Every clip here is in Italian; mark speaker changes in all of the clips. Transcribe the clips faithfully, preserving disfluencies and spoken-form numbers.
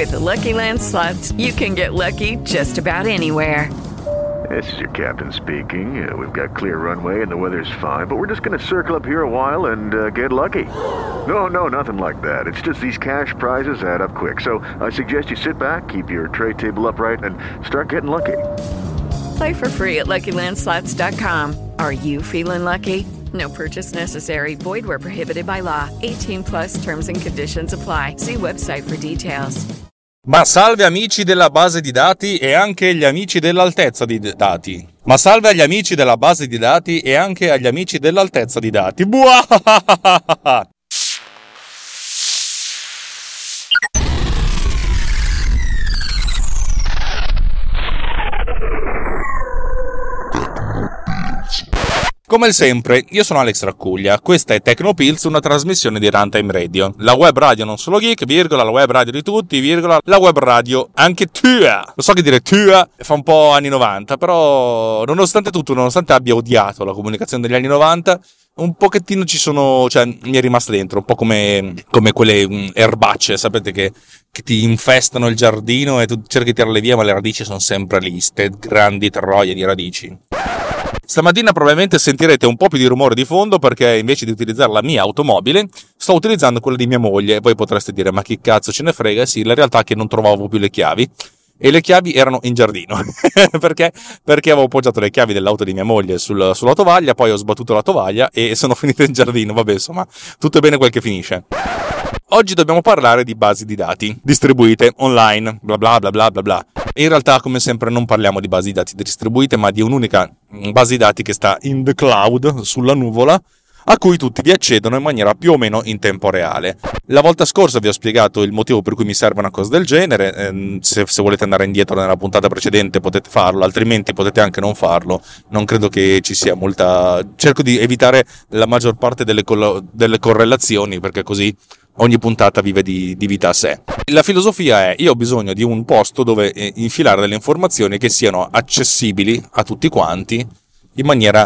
Speaker 1: With the Lucky Land Slots, you can get lucky just about anywhere.
Speaker 2: This is your captain speaking. Uh, we've got clear runway and the weather's fine, but we're just going to circle up here a while and uh, get lucky. No, no, nothing like that. It's just these cash prizes add up quick. So I suggest you sit back, keep your tray table upright, and start getting lucky.
Speaker 1: Play for free at Lucky Land Slots dot com. Are you feeling lucky? No purchase necessary. Void where prohibited by law. eighteen plus terms and conditions apply. See website for details.
Speaker 3: Ma salve amici della base di dati e anche gli amici dell'altezza di dati. Ma salve agli amici della base di dati e anche agli amici dell'altezza di dati. Buah! Come sempre, io sono Alex Raccuglia, questa è Tecnopills, una trasmissione di Runtime Radio. La web radio non solo geek, virgola, la web radio di tutti, virgola, la web radio anche tua. Lo so che dire tua fa un po' anni novanta, però nonostante tutto, nonostante abbia odiato la comunicazione degli anni novanta, un pochettino ci sono, cioè mi è rimasta dentro, un po' come, come quelle um, erbacce, sapete che, che ti infestano il giardino e tu cerchi di tirarle via, ma le radici sono sempre lì, ste grandi troie di radici. Stamattina probabilmente sentirete un po' più di rumore di fondo perché invece di utilizzare la mia automobile sto utilizzando quella di mia moglie. E voi potreste dire ma chi cazzo ce ne frega? Sì, la realtà è che non trovavo più le chiavi e le chiavi erano in giardino perché? Perché avevo appoggiato le chiavi dell'auto di mia moglie sul, sulla tovaglia, poi ho sbattuto la tovaglia e sono finite in giardino. Vabbè, insomma, tutto è bene quel che finisce. Oggi dobbiamo parlare di basi di dati distribuite online, bla bla bla bla bla bla. In realtà, come sempre, non parliamo di basi di dati distribuite, ma di un'unica base di dati che sta in the cloud, sulla nuvola, a cui tutti vi accedono in maniera più o meno in tempo reale. La volta scorsa vi ho spiegato il motivo per cui mi serve una cosa del genere. Eh, se, se volete andare indietro nella puntata precedente potete farlo, altrimenti potete anche non farlo. Non credo che ci sia molta... Cerco di evitare la maggior parte delle, collo... delle correlazioni, perché così ogni puntata vive di, di vita a sé. La filosofia è: io ho bisogno di un posto dove infilare delle informazioni che siano accessibili a tutti quanti in maniera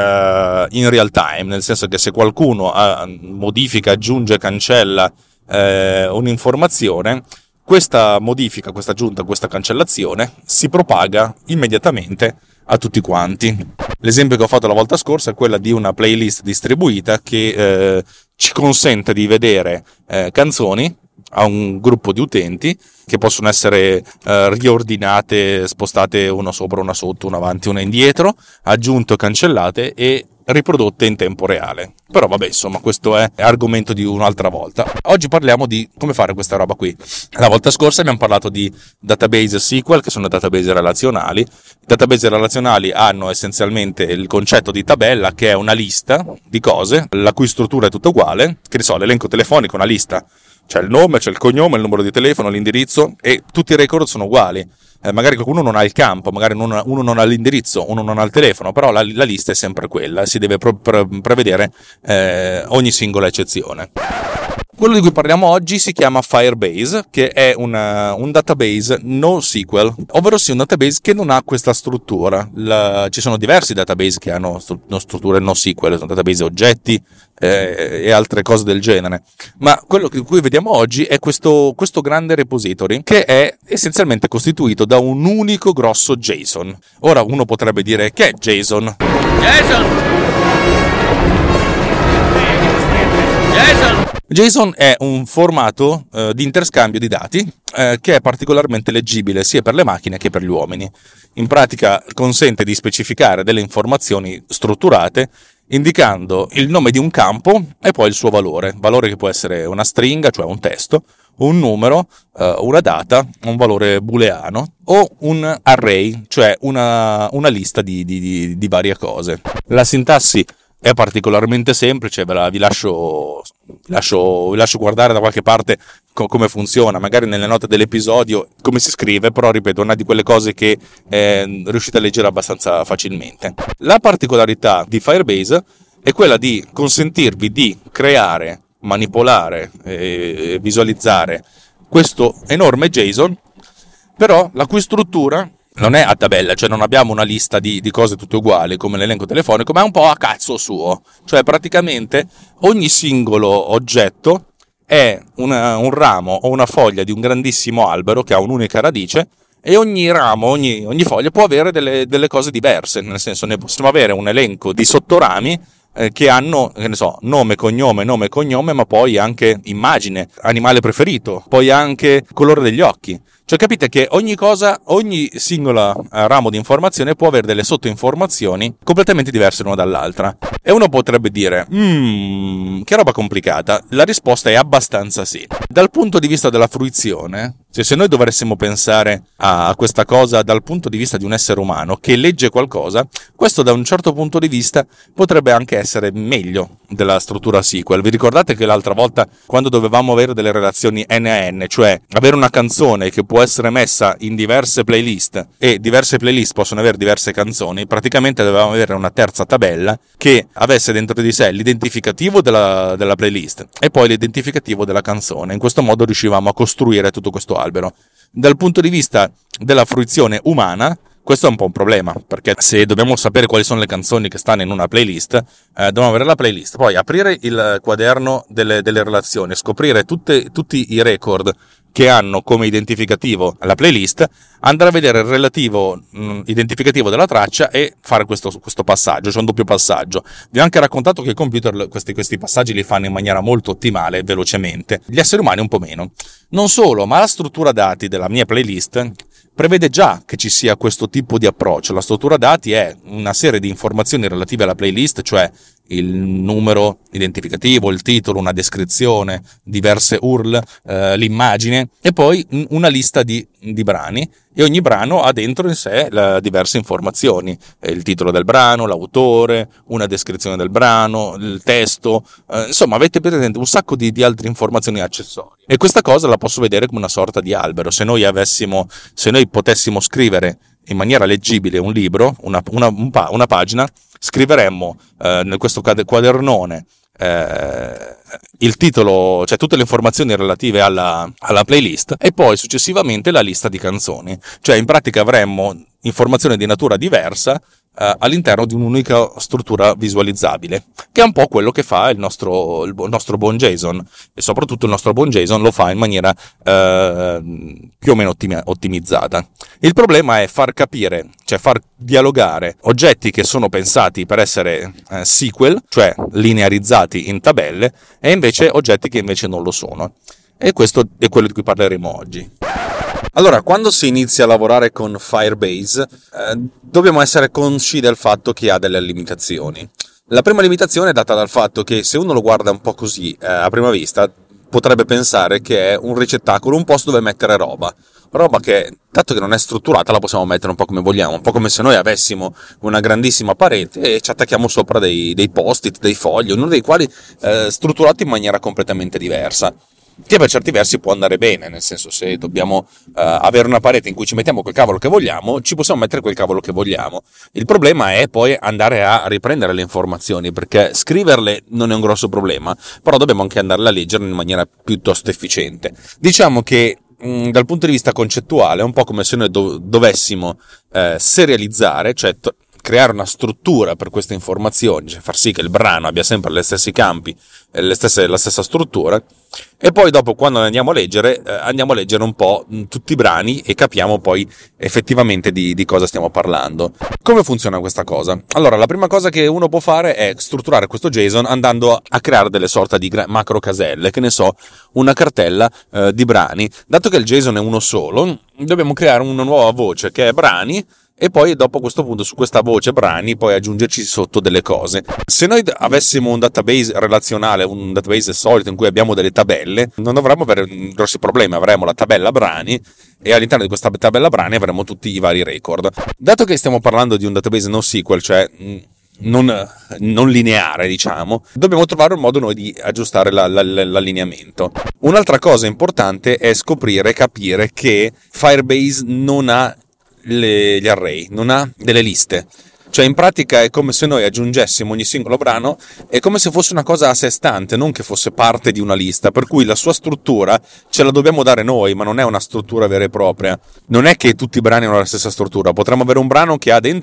Speaker 3: uh, in real time, nel senso che se qualcuno uh, modifica, aggiunge, cancella uh, un'informazione, questa modifica, questa aggiunta, questa cancellazione si propaga immediatamente a tutti quanti. L'esempio che ho fatto la volta scorsa è quella di una playlist distribuita che eh, ci consente di vedere eh, canzoni a un gruppo di utenti che possono essere eh, riordinate, spostate una sopra, una sotto, una avanti, una indietro, aggiunte o cancellate e riprodotte in tempo reale. Però vabbè, insomma, questo è argomento di un'altra volta. Oggi parliamo di come fare questa roba qui. La volta scorsa abbiamo parlato di database S Q L, che sono database relazionali. I database relazionali hanno essenzialmente il concetto di tabella, che è una lista di cose, la cui struttura è tutta uguale. Che ne so, l'elenco telefonico, una lista. C'è il nome, c'è il cognome, il numero di telefono, l'indirizzo, e tutti i record sono uguali. Eh, magari qualcuno non ha il campo, magari uno, uno non ha l'indirizzo, uno non ha il telefono, però la, la lista è sempre quella, si deve pro, pre, prevedere eh, ogni singola eccezione. Quello di cui parliamo oggi si chiama Firebase, che è una, un database NoSQL, ovvero sia un database che non ha questa struttura. La, ci sono diversi database che hanno stru, strutture NoSQL, sono database oggetti eh, e altre cose del genere. Ma quello di cui vediamo oggi è questo, questo grande repository, che è essenzialmente costituito da un unico grosso JSON. Ora uno potrebbe dire: che è JSON? JSON! JSON! JSON è un formato eh, di interscambio di dati eh, che è particolarmente leggibile sia per le macchine che per gli uomini. In pratica consente di specificare delle informazioni strutturate indicando il nome di un campo e poi il suo valore, valore che può essere una stringa, cioè un testo, un numero, eh, una data, un valore booleano o un array, cioè una, una lista di, di, di, di varie cose. La sintassi è particolarmente semplice, ve la, vi, lascio, vi, lascio, vi lascio guardare da qualche parte co- come funziona, magari nelle note dell'episodio come si scrive, però ripeto, è una di quelle cose che eh, riuscite a leggere abbastanza facilmente. La particolarità di Firebase è quella di consentirvi di creare, manipolare e visualizzare questo enorme JSON, però la cui struttura non è a tabella, cioè non abbiamo una lista di, di cose tutte uguali come l'elenco telefonico, ma è un po' a cazzo suo. Cioè praticamente ogni singolo oggetto è una, un ramo o una foglia di un grandissimo albero che ha un'unica radice, e ogni ramo, ogni, ogni foglia può avere delle, delle cose diverse, nel senso ne possiamo avere un elenco di sottorami eh, che hanno, che ne so, nome, cognome, nome, cognome, ma poi anche immagine, animale preferito, poi anche colore degli occhi. Cioè capite che ogni cosa, ogni singola eh, ramo di informazione può avere delle sottoinformazioni completamente diverse l'una dall'altra. E uno potrebbe dire, mmm, che roba complicata. La risposta è abbastanza sì. Dal punto di vista della fruizione, cioè se noi dovessimo pensare a questa cosa dal punto di vista di un essere umano che legge qualcosa, questo da un certo punto di vista potrebbe anche essere meglio della struttura sequel. Vi ricordate che l'altra volta, quando dovevamo avere delle relazioni N a N, cioè avere una canzone che può essere messa in diverse playlist e diverse playlist possono avere diverse canzoni, praticamente dovevamo avere una terza tabella che avesse dentro di sé l'identificativo della, della playlist e poi l'identificativo della canzone. In questo modo riuscivamo a costruire tutto questo albero. Dal punto di vista della fruizione umana, questo è un po' un problema, perché se dobbiamo sapere quali sono le canzoni che stanno in una playlist, eh, dobbiamo avere la playlist, poi aprire il quaderno delle, delle relazioni, scoprire tutte, tutti i record che hanno come identificativo la playlist, andare a vedere il relativo mh, identificativo della traccia e fare questo, questo passaggio, cioè un doppio passaggio. Vi ho anche raccontato che i computer questi, questi passaggi li fanno in maniera molto ottimale, velocemente, gli esseri umani un po' meno. Non solo, ma la struttura dati della mia playlist prevede già che ci sia questo tipo di approccio. La struttura dati è una serie di informazioni relative alla playlist, cioè il numero identificativo, il titolo, una descrizione, diverse U R L, eh, l'immagine e poi una lista di, di brani, e ogni brano ha dentro in sé la, diverse informazioni, eh, il titolo del brano, l'autore, una descrizione del brano, il testo, eh, insomma avete presente un sacco di, di altre informazioni accessorie. E questa cosa la posso vedere come una sorta di albero. Se noi avessimo, se noi potessimo scrivere in maniera leggibile un libro, una, una, un pa- una pagina, scriveremmo eh, in questo quadernone eh, il titolo, cioè tutte le informazioni relative alla, alla playlist, e poi successivamente la lista di canzoni. Cioè in pratica avremmo informazioni di natura diversa eh, all'interno di un'unica struttura visualizzabile, che è un po' quello che fa il nostro, il nostro buon JSON, e soprattutto il nostro buon JSON lo fa in maniera eh, più o meno ottimi- ottimizzata. Il problema è far capire, cioè far dialogare oggetti che sono pensati per essere eh, sequel, cioè linearizzati in tabelle, e invece oggetti che invece non lo sono. E questo è quello di cui parleremo oggi. Allora, quando si inizia a lavorare con Firebase, eh, dobbiamo essere consci del fatto che ha delle limitazioni. La prima limitazione è data dal fatto che se uno lo guarda un po' così eh, a prima vista, potrebbe pensare che è un ricettacolo, un posto dove mettere roba. Roba che, dato che non è strutturata, la possiamo mettere un po' come vogliamo, un po' come se noi avessimo una grandissima parete e ci attacchiamo sopra dei, dei post-it, dei fogli, ognuno dei quali eh, strutturati in maniera completamente diversa, che per certi versi può andare bene, nel senso, se dobbiamo uh, avere una parete in cui ci mettiamo quel cavolo che vogliamo, ci possiamo mettere quel cavolo che vogliamo. Il problema è poi andare a riprendere le informazioni, perché scriverle non è un grosso problema, però dobbiamo anche andarle a leggere in maniera piuttosto efficiente. Diciamo che mh, dal punto di vista concettuale è un po' come se noi do- dovessimo eh, serializzare, cioè t- creare una struttura per queste informazioni, cioè far sì che il brano abbia sempre gli stessi campi, le stesse, la stessa struttura, e poi dopo, quando andiamo a leggere, eh, andiamo a leggere un po' mh, tutti i brani e capiamo poi effettivamente di, di cosa stiamo parlando. Come funziona questa cosa? Allora, la prima cosa che uno può fare è strutturare questo JSON andando a, a creare delle sorta di gra- macro caselle, che ne so, una cartella eh, di brani. Dato che il JSON è uno solo, dobbiamo creare una nuova voce che è brani, e poi dopo, a questo punto, su questa voce brani poi aggiungerci sotto delle cose. Se noi avessimo un database relazionale, un database solito in cui abbiamo delle tabelle, non dovremmo avere grossi problemi. Avremo la tabella brani e all'interno di questa tabella brani avremo tutti i vari record. Dato che stiamo parlando di un database NoSQL, cioè non, non lineare, diciamo, dobbiamo trovare un modo noi di aggiustare la, la, l'allineamento. Un'altra cosa importante è scoprire, capire che Firebase non ha Le, gli array, non ha delle liste. Cioè in pratica è come se noi aggiungessimo ogni singolo brano, è come se fosse una cosa a sé stante, non che fosse parte di una lista, per cui la sua struttura ce la dobbiamo dare noi, ma non è una struttura vera e propria. Non è che tutti i brani hanno la stessa struttura. Potremmo avere un brano che ha dentro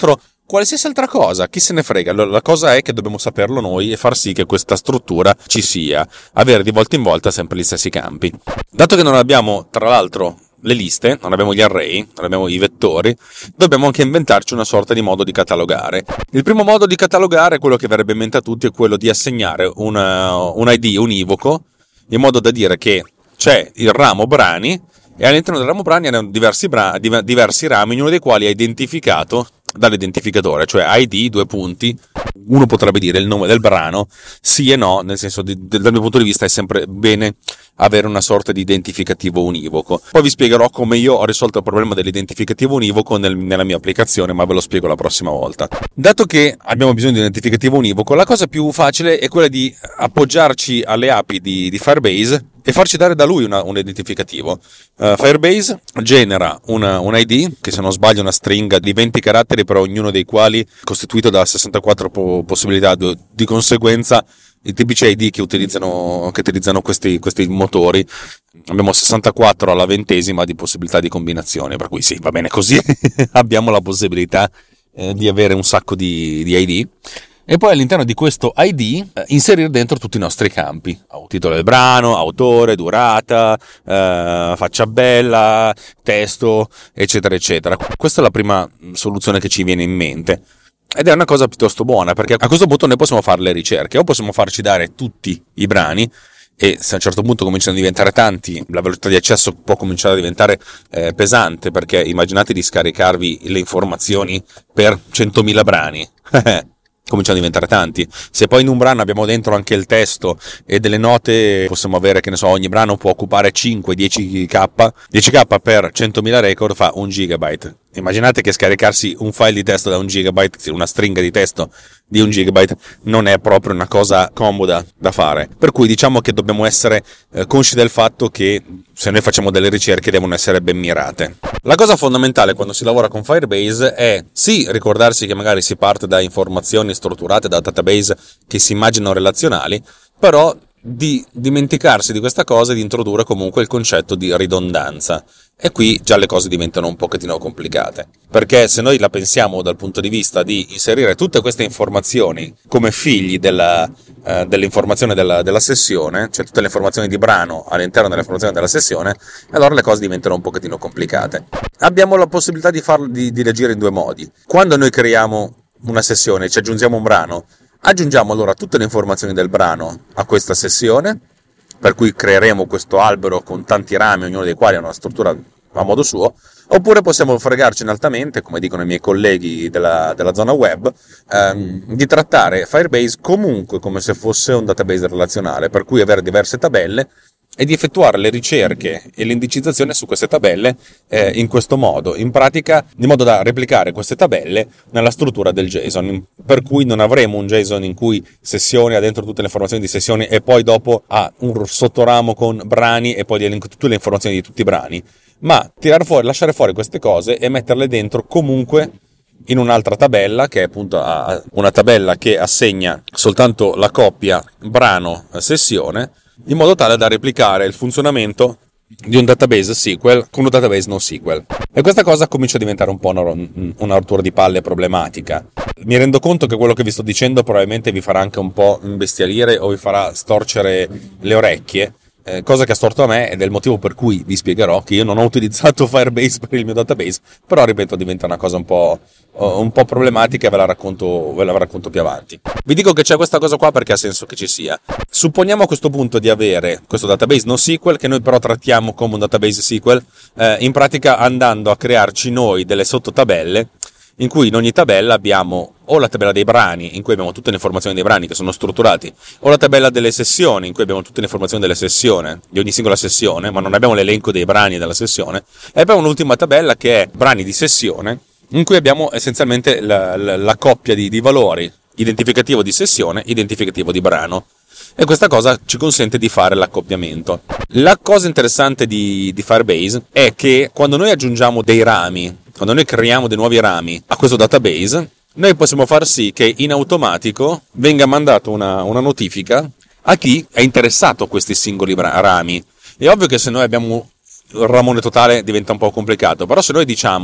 Speaker 3: qualsiasi altra cosa, chi se ne frega. La cosa è che dobbiamo saperlo noi e far sì che questa struttura ci sia, avere di volta in volta sempre gli stessi campi. Dato che non abbiamo, tra l'altro, le liste, non abbiamo gli array, non abbiamo i vettori, dobbiamo anche inventarci una sorta di modo di catalogare. Il primo modo di catalogare, quello che verrebbe in mente a tutti, è quello di assegnare una, un I D univoco, in modo da dire che c'è il ramo brani e all'interno del ramo brani hanno diversi, bra- diversi rami, ognuno dei quali è identificato dall'identificatore, cioè I D, due punti, uno potrebbe dire il nome del brano, sì e no, nel senso, di, dal mio punto di vista è sempre bene avere una sorta di identificativo univoco. Poi vi spiegherò come io ho risolto il problema dell'identificativo univoco nel, nella mia applicazione, ma ve lo spiego la prossima volta. Dato che abbiamo bisogno di un identificativo univoco, la cosa più facile è quella di appoggiarci alle A P I di, di Firebase e farci dare da lui una, un identificativo. Uh, Firebase genera una, un I D, che se non sbaglio è una stringa di venti caratteri, per ognuno dei quali è costituito da sessantaquattro po- possibilità. Di conseguenza i tipici I D che utilizzano, che utilizzano questi, questi motori, abbiamo sessantaquattro alla ventesima di possibilità di combinazione, per cui sì, va bene così, abbiamo la possibilità eh, di avere un sacco di, di I D. E poi all'interno di questo I D eh, inserire dentro tutti i nostri campi: titolo del brano, autore, durata, eh, faccia bella, testo, eccetera eccetera. Questa è la prima soluzione che ci viene in mente ed è una cosa piuttosto buona, perché a questo punto noi possiamo fare le ricerche o possiamo farci dare tutti i brani, e se a un certo punto cominciano a diventare tanti, la velocità di accesso può cominciare a diventare eh, pesante, perché immaginate di scaricarvi le informazioni per centomila brani cominciano a diventare tanti. Se poi in un brano abbiamo dentro anche il testo e delle note, possiamo avere, che ne so, ogni brano può occupare cinque dieci K, dieci K per centomila record fa un gigabyte. Immaginate che scaricarsi un file di testo da un gigabyte, una stringa di testo di un gigabyte, non è proprio una cosa comoda da fare. Per cui diciamo che dobbiamo essere eh, consci del fatto che se noi facciamo delle ricerche devono essere ben mirate. La cosa fondamentale quando si lavora con Firebase è sì ricordarsi che magari si parte da informazioni strutturate, da database che si immaginano relazionali, però di dimenticarsi di questa cosa e di introdurre comunque il concetto di ridondanza. E qui già le cose diventano un pochettino complicate, perché se noi la pensiamo dal punto di vista di inserire tutte queste informazioni come figli della, eh, dell'informazione della, della sessione, cioè tutte le informazioni di brano all'interno delle informazioni della sessione, allora le cose diventano un pochettino complicate. Abbiamo la possibilità di farlo, di, di reagire in due modi. Quando noi creiamo una sessione, ci aggiungiamo un brano, aggiungiamo allora tutte le informazioni del brano a questa sessione, per cui creeremo questo albero con tanti rami, ognuno dei quali ha una struttura a modo suo, oppure possiamo fregarcene altamente, come dicono i miei colleghi della, della zona web, ehm, di trattare Firebase comunque come se fosse un database relazionale, per cui avere diverse tabelle e di effettuare le ricerche e l'indicizzazione su queste tabelle eh, in questo modo, in pratica, in modo da replicare queste tabelle nella struttura del JSON, per cui non avremo un JSON in cui sessione ha dentro tutte le informazioni di sessioni e poi dopo ha un sottoramo con brani e poi elenco tutte le informazioni di tutti i brani, ma tirare fuori, lasciare fuori queste cose e metterle dentro comunque in un'altra tabella, che è appunto una tabella che assegna soltanto la coppia brano-sessione, in modo tale da replicare il funzionamento di un database S Q L con un database NoSQL. E questa cosa comincia a diventare un po' una, una rottura di palle problematica. Mi rendo conto che quello che vi sto dicendo probabilmente vi farà anche un po' imbestialire o vi farà storcere le orecchie, eh, cosa che ha storto a me ed è il motivo per cui vi spiegherò che io non ho utilizzato Firebase per il mio database, però ripeto diventa una cosa un po', un po' problematica e ve la racconto, ve la racconto più avanti. Vi dico che c'è questa cosa qua perché ha senso che ci sia. Supponiamo a questo punto di avere questo database NoSQL che noi però trattiamo come un database S Q L, eh, in pratica andando a crearci noi delle sottotabelle in cui in ogni tabella abbiamo o la tabella dei brani in cui abbiamo tutte le informazioni dei brani che sono strutturati, o la tabella delle sessioni in cui abbiamo tutte le informazioni delle sessioni, di ogni singola sessione, ma non abbiamo l'elenco dei brani della sessione, e poi un'ultima tabella che è brani di sessione in cui abbiamo essenzialmente la, la, la coppia di, di valori, identificativo di sessione, identificativo di brano. E questa cosa ci consente di fare l'accoppiamento. La cosa interessante di, di Firebase è che quando noi aggiungiamo dei rami, quando noi creiamo dei nuovi rami a questo database, noi possiamo far sì che in automatico venga mandata una, una notifica a chi è interessato a questi singoli rami. È ovvio che se noi abbiamo il ramone totale diventa un po' complicato, però se noi diciamo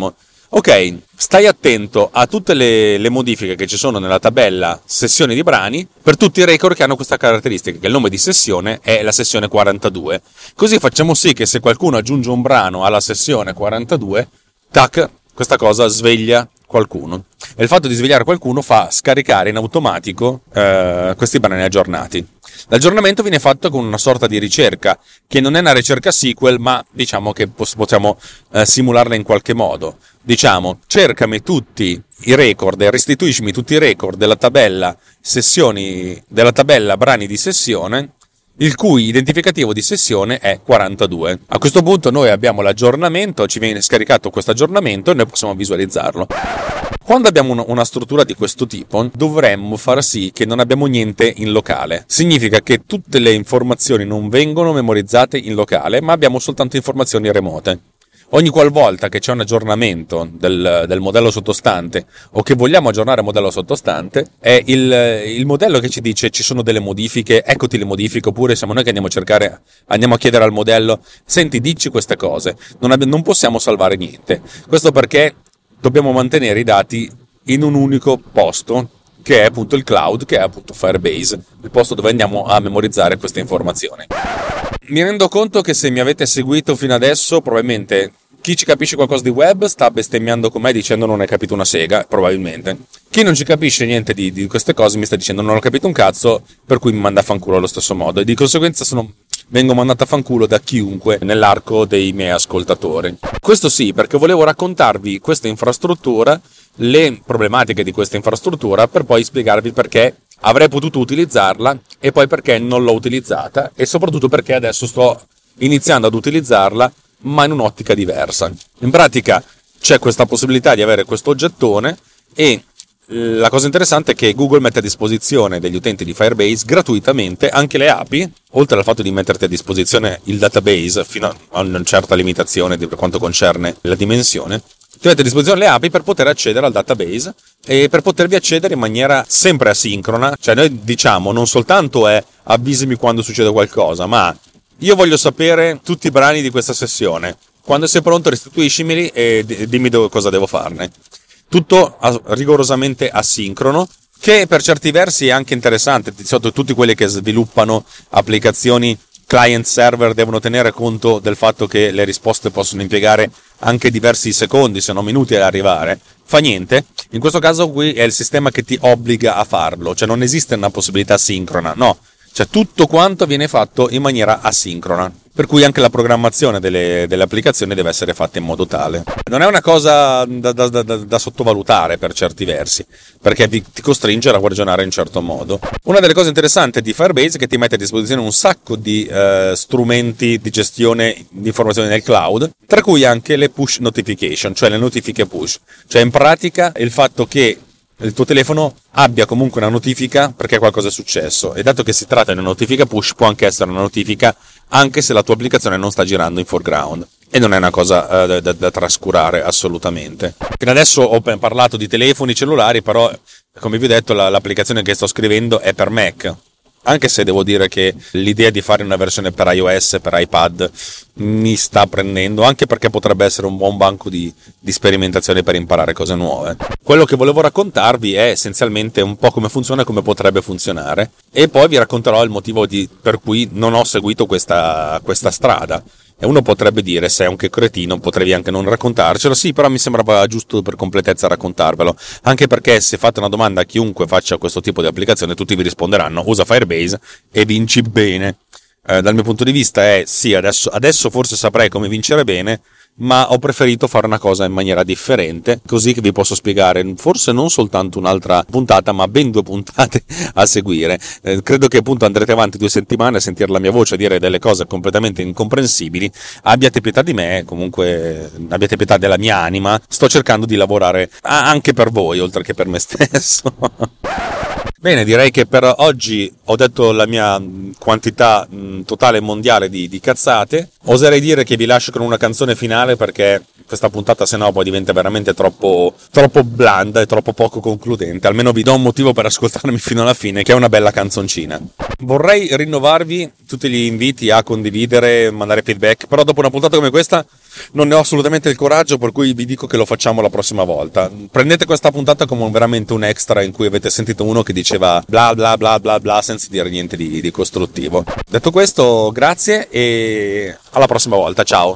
Speaker 3: Ok, stai attento a tutte le, le modifiche che ci sono nella tabella sessioni di brani per tutti i record che hanno questa caratteristica, che il nome di sessione è la sessione quarantadue. Così facciamo sì che se qualcuno aggiunge un brano alla sessione quarantadue, tac, questa cosa sveglia qualcuno. E il fatto di svegliare qualcuno fa scaricare in automatico eh, questi brani aggiornati. L'aggiornamento viene fatto con una sorta di ricerca, che non è una ricerca S Q L, ma diciamo che possiamo eh, simularla in qualche modo. Diciamo, cercami tutti i record e restituiscimi tutti i record della tabella sessioni, della tabella brani di sessione, il cui identificativo di sessione è quarantadue. A questo punto noi abbiamo l'aggiornamento, ci viene scaricato questo aggiornamento e noi possiamo visualizzarlo. Quando abbiamo una struttura di questo tipo, dovremmo far sì che non abbiamo niente in locale. Significa che tutte le informazioni non vengono memorizzate in locale, ma abbiamo soltanto informazioni remote. Ogni qualvolta che c'è un aggiornamento del, del modello sottostante o che vogliamo aggiornare il modello sottostante, è il, il modello che ci dice ci sono delle modifiche, eccoti le modifiche, oppure siamo noi che andiamo a cercare, andiamo a chiedere al modello, senti, dici queste cose. Non, abbiamo, non possiamo salvare niente. Questo perché dobbiamo mantenere i dati in un unico posto, che è appunto il cloud, che è appunto Firebase, il posto dove andiamo a memorizzare queste informazioni. Mi rendo conto che se mi avete seguito fino adesso, probabilmente chi ci capisce qualcosa di web sta bestemmiando con me dicendo non hai capito una sega, probabilmente. Chi non ci capisce niente di, di queste cose mi sta dicendo non ho capito un cazzo, per cui mi manda a fanculo allo stesso modo. E di conseguenza sono, vengo mandato a fanculo da chiunque nell'arco dei miei ascoltatori. Questo sì, perché volevo raccontarvi questa infrastruttura, le problematiche di questa infrastruttura, per poi spiegarvi perché avrei potuto utilizzarla e poi perché non l'ho utilizzata, e soprattutto perché adesso sto iniziando ad utilizzarla ma in un'ottica diversa. In pratica c'è questa possibilità di avere questo oggettone, e la cosa interessante è che Google mette a disposizione degli utenti di Firebase gratuitamente anche le A P I, oltre al fatto di metterti a disposizione il database fino a una certa limitazione per quanto concerne la dimensione. Ti mette a disposizione le A P I per poter accedere al database e per potervi accedere in maniera sempre asincrona. Cioè noi diciamo non soltanto è avvisami quando succede qualcosa, ma io voglio sapere tutti i brani di questa sessione. Quando sei pronto restituiscimeli e dimmi dove, cosa devo farne. Tutto rigorosamente asincrono, che per certi versi è anche interessante. Di solito tutti quelli che sviluppano applicazioni client server devono tenere conto del fatto che le risposte possono impiegare anche diversi secondi, se non minuti ad arrivare. Fa niente, in questo caso qui è il sistema che ti obbliga a farlo, cioè non esiste una possibilità sincrona, no. Cioè tutto quanto viene fatto in maniera asincrona, per cui anche la programmazione delle, delle applicazioni deve essere fatta in modo tale. Non è una cosa da, da, da, da sottovalutare per certi versi, perché ti, ti costringe a ragionare in un certo modo. Una delle cose interessanti di Firebase è che ti mette a disposizione un sacco di eh, strumenti di gestione di informazioni nel cloud, tra cui anche le push notification, cioè le notifiche push. Cioè in pratica il fatto che il tuo telefono abbia comunque una notifica perché qualcosa è successo, e dato che si tratta di una notifica push può anche essere una notifica anche se la tua applicazione non sta girando in foreground, e non è una cosa uh, da, da trascurare assolutamente. Fino adesso ho parlato di telefoni cellulari, però come vi ho detto la, l'applicazione che sto scrivendo è per Mac, anche se devo dire che l'idea di fare una versione per iOS, per iPad mi sta prendendo, anche perché potrebbe essere un buon banco di, di sperimentazione per imparare cose nuove. Quello che volevo raccontarvi è essenzialmente un po' come funziona e come potrebbe funzionare, e poi vi racconterò il motivo di, per cui non ho seguito questa, questa strada. E uno potrebbe dire, sei anche cretino, potevi anche non raccontarcelo. Sì, però mi sembrava giusto per completezza raccontarvelo, anche perché se fate una domanda a chiunque faccia questo tipo di applicazione, tutti vi risponderanno usa Firebase e vinci bene. Eh, dal mio punto di vista è sì, adesso, adesso forse saprei come vincere bene, ma ho preferito fare una cosa in maniera differente, così che vi posso spiegare forse non soltanto un'altra puntata, ma ben due puntate a seguire. Eh, credo che appunto andrete avanti due settimane a sentire la mia voce dire delle cose completamente incomprensibili. Abbiate pietà di me, comunque abbiate pietà della mia anima. Sto cercando di lavorare anche per voi, oltre che per me stesso. Bene, direi che per oggi ho detto la mia quantità mh, totale mondiale di, di cazzate. Oserei dire che vi lascio con una canzone finale, perché questa puntata, se no poi diventa veramente troppo, troppo blanda e troppo poco concludente. Almeno vi do un motivo per ascoltarmi fino alla fine, che è una bella canzoncina. Vorrei rinnovarvi tutti gli inviti a condividere, mandare feedback, però dopo una puntata come questa non ne ho assolutamente il coraggio, per cui vi dico che lo facciamo la prossima volta. Prendete questa puntata come veramente un extra in cui avete sentito uno che diceva bla bla bla bla bla senza dire niente di, di costruttivo. Detto questo, grazie e alla prossima volta, ciao!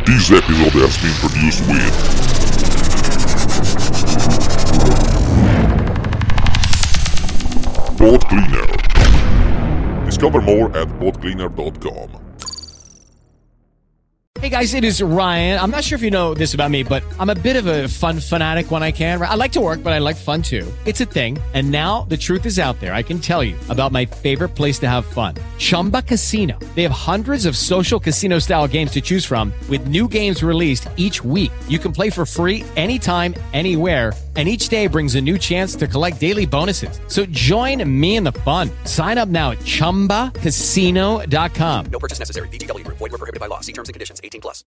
Speaker 4: This episode has been produced with Pod Cleaner. Discover more at pod cleaner dot com.
Speaker 5: Hey guys, it is Ryan. I'm not sure if you know this about me, but I'm a bit of a fun fanatic when I can. I like to work, but I like fun too. It's a thing. And now the truth is out there. I can tell you about my favorite place to have fun. Chumba Casino. They have hundreds of social casino style games to choose from with new games released each week. You can play for free anytime, anywhere. And each day brings a new chance to collect daily bonuses. So join me in the fun. Sign up now at chumba casino dot com.
Speaker 6: No purchase necessary. V G W Group. Void where prohibited by law. See terms and conditions. eighteen plus.